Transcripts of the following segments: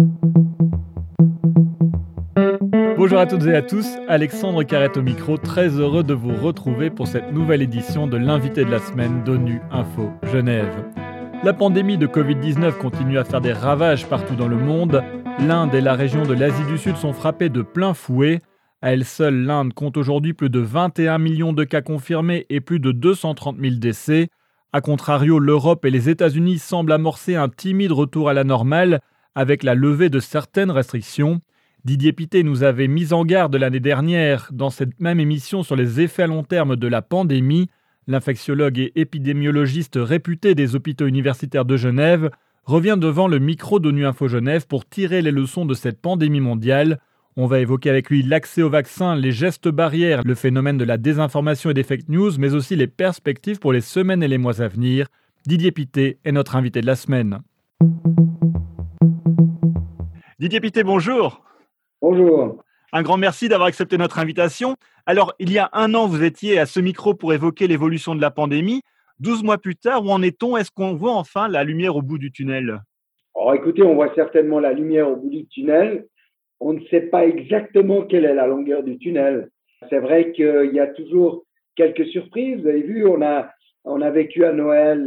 Bonjour à toutes et à tous, Alexandre Carrette au micro, très heureux de vous retrouver pour cette nouvelle édition de l'invité de la semaine d'ONU Info Genève. La pandémie de Covid-19 continue à faire des ravages partout dans le monde. L'Inde et la région de l'Asie du Sud sont frappées de plein fouet. À elle seule, l'Inde compte aujourd'hui plus de 21 millions de cas confirmés et plus de 230 000 décès. A contrario, l'Europe et les États-Unis semblent amorcer un timide retour à la normale avec la levée de certaines restrictions. Didier Pittet nous avait mis en garde l'année dernière dans cette même émission sur les effets à long terme de la pandémie. L'infectiologue et épidémiologiste réputé des hôpitaux universitaires de Genève revient devant le micro d'ONU Info Genève pour tirer les leçons de cette pandémie mondiale. On va évoquer avec lui l'accès aux vaccins, les gestes barrières, le phénomène de la désinformation et des fake news, mais aussi les perspectives pour les semaines et les mois à venir. Didier Pittet est notre invité de la semaine. Didier Pittet, bonjour. Bonjour. Un grand merci d'avoir accepté notre invitation. Alors, il y a un an, vous étiez à ce micro pour évoquer l'évolution de la pandémie. 12 mois plus tard, où en est-on ? Est-ce qu'on voit enfin la lumière au bout du tunnel ? Alors écoutez, on voit certainement la lumière au bout du tunnel. On ne sait pas exactement quelle est la longueur du tunnel. C'est vrai qu'il y a toujours quelques surprises. Vous avez vu, on a vécu à Noël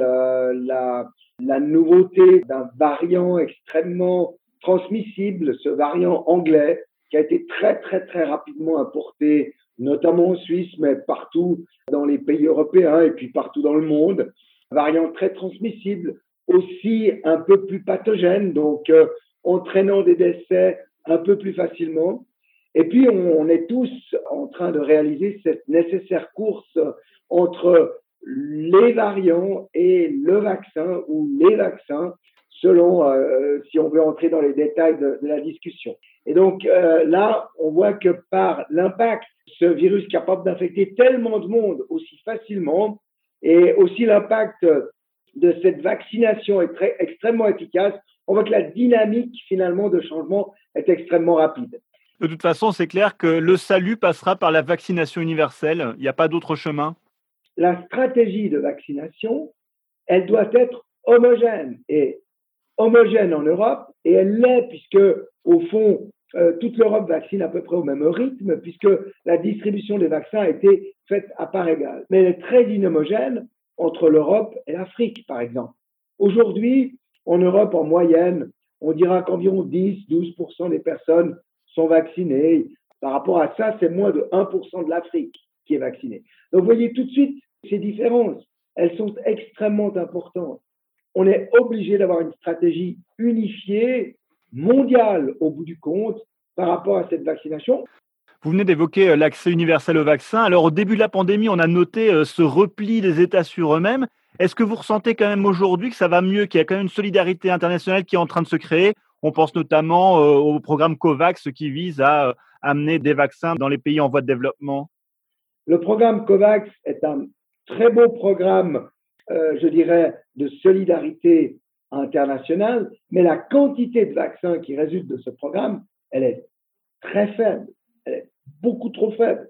la nouveauté d'un variant extrêmement transmissible, ce variant anglais, qui a été très, très, très rapidement importé, notamment en Suisse, mais partout dans les pays européens et puis partout dans le monde. Variant très transmissible, aussi un peu plus pathogène, donc entraînant des décès un peu plus facilement. Et puis, on est tous en train de réaliser cette nécessaire course entre les variants et le vaccin ou les vaccins, selon si on veut entrer dans les détails de la discussion. Et donc là, on voit que par l'impact, ce virus capable d'infecter tellement de monde aussi facilement et aussi l'impact de cette vaccination est extrêmement efficace, on voit que la dynamique finalement de changement est extrêmement rapide. De toute façon, c'est clair que le salut passera par la vaccination universelle. Il n'y a pas d'autre chemin. La stratégie de vaccination, elle doit être homogène et homogène en Europe, et elle l'est puisque, au fond, toute l'Europe vaccine à peu près au même rythme, puisque la distribution des vaccins a été faite à part égale. Mais elle est très inhomogène entre l'Europe et l'Afrique, par exemple. Aujourd'hui, en Europe, en moyenne, on dira qu'environ 10-12% des personnes sont vaccinées. Par rapport à ça, c'est moins de 1% de l'Afrique qui est vaccinée. Donc, vous voyez tout de suite ces différences. Elles sont extrêmement importantes. On est obligé d'avoir une stratégie unifiée, mondiale au bout du compte, par rapport à cette vaccination. Vous venez d'évoquer l'accès universel au vaccin. Alors, au début de la pandémie, on a noté ce repli des États sur eux-mêmes. Est-ce que vous ressentez quand même aujourd'hui que ça va mieux, qu'il y a quand même une solidarité internationale qui est en train de se créer ? On pense notamment au programme COVAX qui vise à amener des vaccins dans les pays en voie de développement. Le programme COVAX est un très beau programme, je dirais, de solidarité internationale, mais la quantité de vaccins qui résulte de ce programme, elle est très faible, elle est beaucoup trop faible.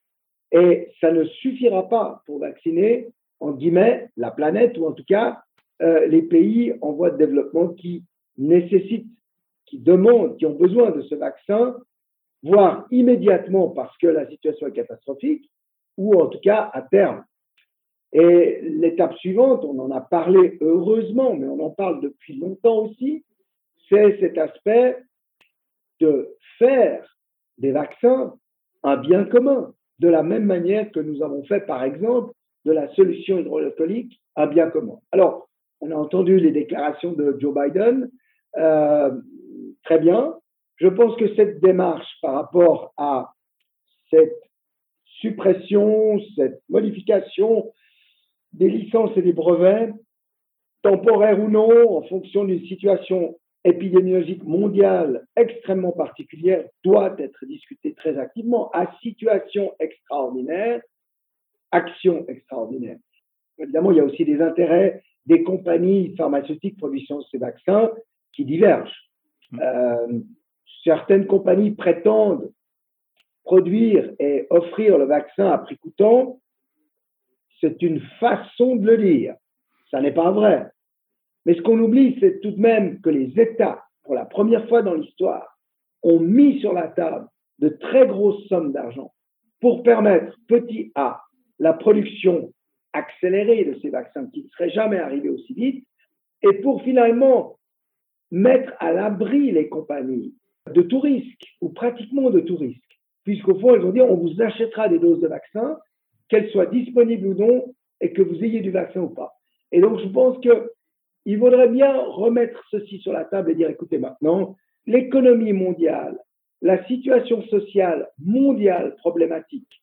Et ça ne suffira pas pour vacciner, en guillemets, la planète, ou en tout cas les pays en voie de développement qui nécessitent, qui demandent, qui ont besoin de ce vaccin, voire immédiatement parce que la situation est catastrophique, ou en tout cas à terme. Et l'étape suivante, on en a parlé heureusement, mais on en parle depuis longtemps aussi, c'est cet aspect de faire des vaccins un bien commun, de la même manière que nous avons fait, par exemple, de la solution hydroalcoolique un bien commun. Alors, on a entendu les déclarations de Joe Biden, très bien. Je pense que cette démarche par rapport à cette suppression, cette modification des licences et des brevets, temporaires ou non, en fonction d'une situation épidémiologique mondiale extrêmement particulière, doit être discutée très activement à situation extraordinaire, action extraordinaire. Évidemment, il y a aussi des intérêts des compagnies pharmaceutiques produisant ces vaccins qui divergent. Certaines compagnies prétendent produire et offrir le vaccin à prix coûtant. C'est une façon de le dire. Ça n'est pas vrai. Mais ce qu'on oublie, c'est tout de même que les États pour la première fois dans l'histoire, ont mis sur la table de très grosses sommes d'argent pour permettre, petit a, la production accélérée de ces vaccins qui ne seraient jamais arrivés aussi vite, et pour finalement mettre à l'abri les compagnies de tout risque, ou pratiquement de tout risque, puisqu'au fond, elles ont dit on vous achètera des doses de vaccins, qu'elles soient disponibles ou non, et que vous ayez du vaccin ou pas. Et donc, je pense qu'il vaudrait bien remettre ceci sur la table et dire, écoutez, maintenant, l'économie mondiale, la situation sociale mondiale problématique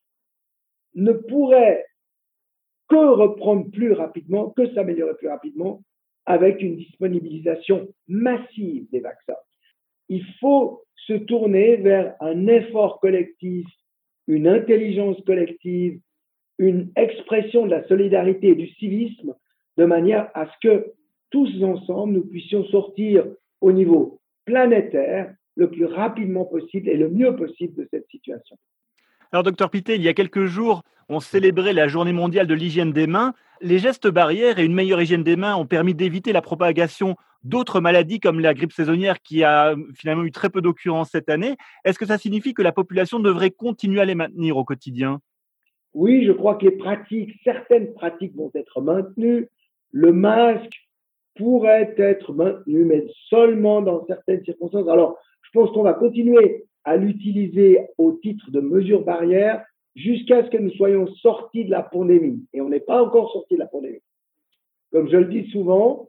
ne pourrait que reprendre plus rapidement, que s'améliorer plus rapidement avec une disponibilisation massive des vaccins. Il faut se tourner vers un effort collectif, une intelligence collective, une expression de la solidarité et du civisme, de manière à ce que tous ensemble, nous puissions sortir au niveau planétaire le plus rapidement possible et le mieux possible de cette situation. Alors, docteur Pittet, il y a quelques jours, on célébrait la journée mondiale de l'hygiène des mains. Les gestes barrières et une meilleure hygiène des mains ont permis d'éviter la propagation d'autres maladies comme la grippe saisonnière qui a finalement eu très peu d'occurrences cette année. Est-ce que ça signifie que la population devrait continuer à les maintenir au quotidien ? Oui, je crois que certaines pratiques vont être maintenues. Le masque pourrait être maintenu, mais seulement dans certaines circonstances. Alors, je pense qu'on va continuer à l'utiliser au titre de mesure barrière jusqu'à ce que nous soyons sortis de la pandémie. Et on n'est pas encore sortis de la pandémie. Comme je le dis souvent,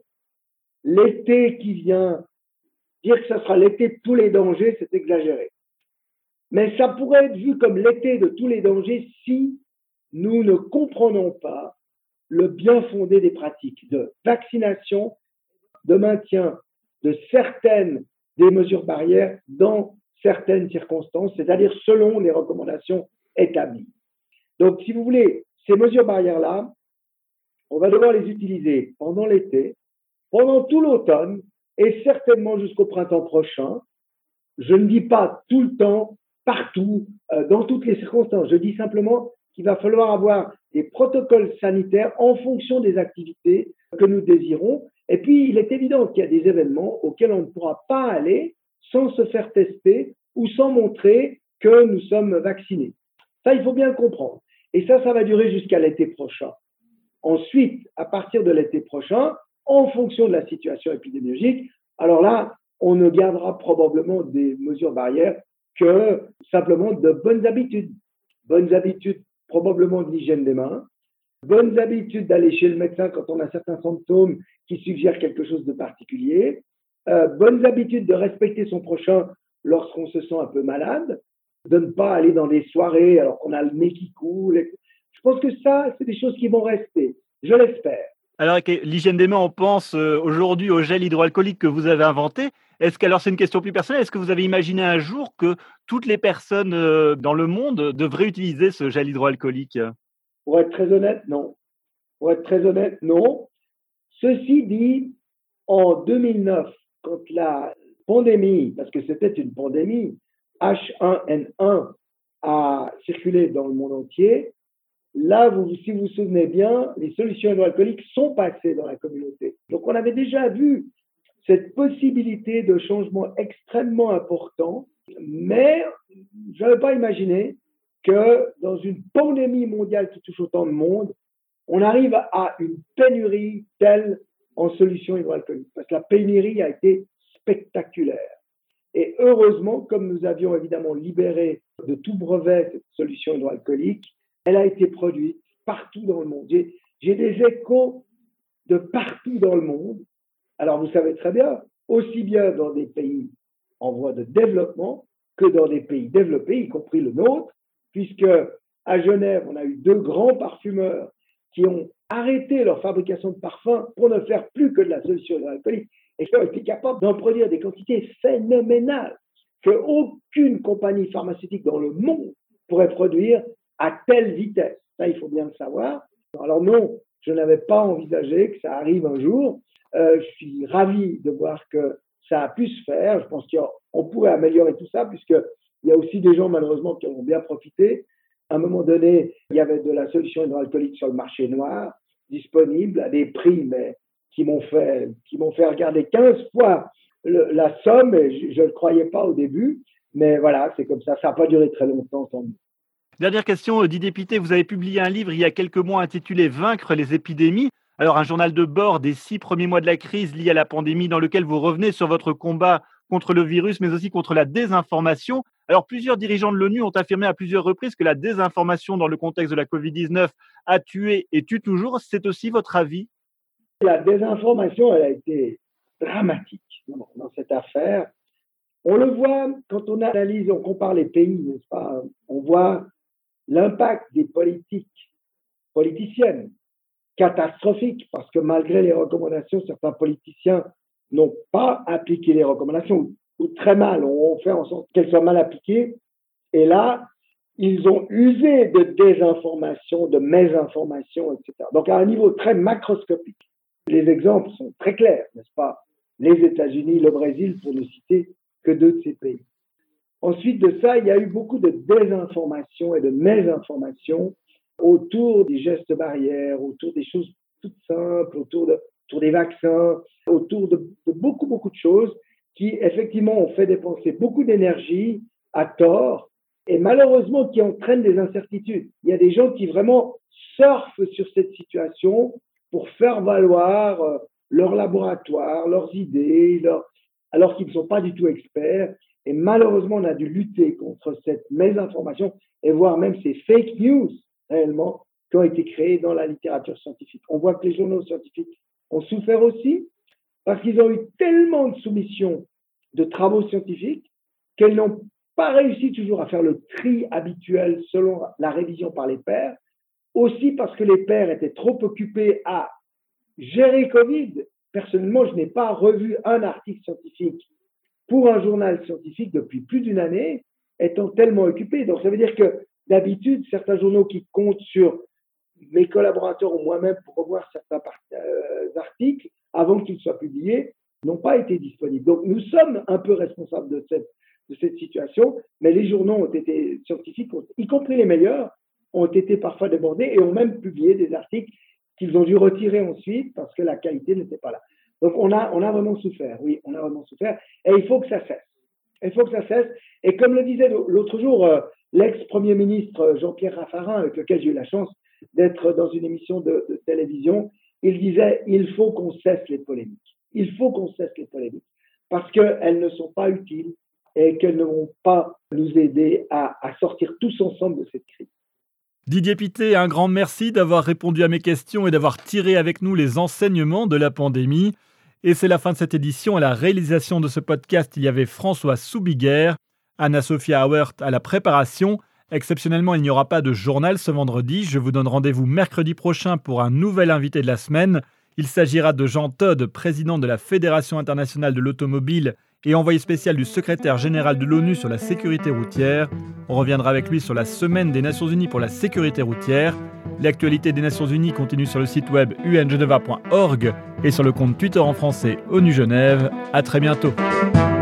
l'été qui vient, dire que ça sera l'été de tous les dangers, c'est exagéré. Mais ça pourrait être vu comme l'été de tous les dangers si nous ne comprenons pas le bien fondé des pratiques de vaccination, de maintien de certaines des mesures barrières dans certaines circonstances, c'est-à-dire selon les recommandations établies. Donc, si vous voulez, ces mesures barrières-là, on va devoir les utiliser pendant l'été, pendant tout l'automne et certainement jusqu'au printemps prochain. Je ne dis pas tout le temps, partout, dans toutes les circonstances. Je dis simplement qu'il va falloir avoir des protocoles sanitaires en fonction des activités que nous désirons. Et puis, il est évident qu'il y a des événements auxquels on ne pourra pas aller sans se faire tester ou sans montrer que nous sommes vaccinés. Ça, il faut bien le comprendre. Et ça va durer jusqu'à l'été prochain. Ensuite, à partir de l'été prochain, en fonction de la situation épidémiologique, alors là, on ne gardera probablement des mesures barrières que simplement de bonnes habitudes. Bonnes habitudes probablement de l'hygiène des mains, bonnes habitudes d'aller chez le médecin quand on a certains symptômes qui suggèrent quelque chose de particulier, bonnes habitudes de respecter son prochain lorsqu'on se sent un peu malade, de ne pas aller dans des soirées alors qu'on a le nez qui coule. Je pense que ça, c'est des choses qui vont rester, je l'espère. Alors, avec l'hygiène des mains, on pense aujourd'hui au gel hydroalcoolique que vous avez inventé. C'est une question plus personnelle, est-ce que vous avez imaginé un jour que toutes les personnes dans le monde devraient utiliser ce gel hydroalcoolique ? Pour être très honnête, non. Ceci dit, en 2009, quand la pandémie, parce que c'était une pandémie, H1N1 a circulé dans le monde entier, là, si vous vous souvenez bien, les solutions hydroalcooliques sont passées dans la communauté. Donc, on avait déjà vu cette possibilité de changement extrêmement important, mais je n'avais pas imaginé que dans une pandémie mondiale qui touche autant de monde, on arrive à une pénurie telle en solutions hydroalcooliques. Parce que la pénurie a été spectaculaire. Et heureusement, comme nous avions évidemment libéré de tout brevet cette solution hydroalcoolique, elle a été produite partout dans le monde. J'ai des échos de partout dans le monde. Alors, vous savez très bien, aussi bien dans des pays en voie de développement que dans des pays développés, y compris le nôtre, puisque à Genève, on a eu 2 grands parfumeurs qui ont arrêté leur fabrication de parfums pour ne faire plus que de la solution hydroalcoolique et qui ont été capables d'en produire des quantités phénoménales qu'aucune compagnie pharmaceutique dans le monde pourrait produire à telle vitesse. Ça, il faut bien le savoir. Alors non, je n'avais pas envisagé que ça arrive un jour. Je suis ravi de voir que ça a pu se faire. Je pense qu'on pourrait améliorer tout ça, puisqu'il y a aussi des gens, malheureusement, qui en ont bien profité. À un moment donné, il y avait de la solution hydroalcoolique sur le marché noir, disponible à des prix, mais qui m'ont fait regarder 15 fois la somme, et je ne le croyais pas au début, mais voilà, c'est comme ça. Ça n'a pas duré très longtemps, tant mieux. Dernière question, Didier Pittet, vous avez publié un livre il y a quelques mois intitulé Vaincre les épidémies. Alors, un journal de bord des 6 premiers mois de la crise liée à la pandémie, dans lequel vous revenez sur votre combat contre le virus, mais aussi contre la désinformation. Alors, plusieurs dirigeants de l'ONU ont affirmé à plusieurs reprises que la désinformation dans le contexte de la Covid-19 a tué et tue toujours. C'est aussi votre avis? La désinformation, elle a été dramatique dans cette affaire. On le voit quand on analyse, on compare les pays, n'est-ce pas? On voit l'impact des politiciennes, catastrophique, parce que malgré les recommandations, certains politiciens n'ont pas appliqué les recommandations, ou très mal, ont fait en sorte qu'elles soient mal appliquées. Et là, ils ont usé de désinformation, de mésinformation, etc. Donc à un niveau très macroscopique. Les exemples sont très clairs, n'est-ce pas? Les États-Unis, le Brésil, pour ne citer que 2 de ces pays. Ensuite de ça, il y a eu beaucoup de désinformation et de mésinformation autour des gestes barrières, autour des choses toutes simples, autour des vaccins, autour de beaucoup, beaucoup de choses qui, effectivement, ont fait dépenser beaucoup d'énergie à tort et malheureusement qui entraînent des incertitudes. Il y a des gens qui vraiment surfent sur cette situation pour faire valoir leur laboratoire, leurs idées, alors qu'ils ne sont pas du tout experts. Et malheureusement, on a dû lutter contre cette mésinformation et voire même ces fake news, réellement, qui ont été créés dans la littérature scientifique. On voit que les journaux scientifiques ont souffert aussi parce qu'ils ont eu tellement de soumissions de travaux scientifiques qu'elles n'ont pas réussi toujours à faire le tri habituel selon la révision par les pairs. Aussi parce que les pairs étaient trop occupés à gérer Covid. Personnellement, je n'ai pas revu un article scientifique pour un journal scientifique depuis plus d'une année, étant tellement occupé. Donc, ça veut dire que d'habitude, certains journaux qui comptent sur mes collaborateurs ou moi-même pour revoir certains articles avant qu'ils soient publiés n'ont pas été disponibles. Donc, nous sommes un peu responsables de cette situation, mais les journaux scientifiques, y compris les meilleurs, ont été parfois débordés et ont même publié des articles qu'ils ont dû retirer ensuite parce que la qualité n'était pas là. Donc, on a vraiment souffert, oui, on a vraiment souffert. Et il faut que ça cesse. Il faut que ça cesse. Et comme le disait l'autre jour l'ex-premier ministre Jean-Pierre Raffarin, avec lequel j'ai eu la chance d'être dans une émission de télévision, il disait « il faut qu'on cesse les polémiques. Il faut qu'on cesse les polémiques parce qu'elles ne sont pas utiles et qu'elles ne vont pas nous aider à sortir tous ensemble de cette crise. » Didier Pittet, un grand merci d'avoir répondu à mes questions et d'avoir tiré avec nous les enseignements de la pandémie. Et c'est la fin de cette édition. À la réalisation de ce podcast, il y avait François Soubiguerre, Anna-Sophia Auwert à la préparation. Exceptionnellement, il n'y aura pas de journal ce vendredi. Je vous donne rendez-vous mercredi prochain pour un nouvel invité de la semaine. Il s'agira de Jean Todt, président de la Fédération internationale de l'automobile et envoyé spécial du secrétaire général de l'ONU sur la sécurité routière. On reviendra avec lui sur la semaine des Nations Unies pour la sécurité routière. L'actualité des Nations Unies continue sur le site web ungeneva.org et sur le compte Twitter en français ONU Genève. À très bientôt.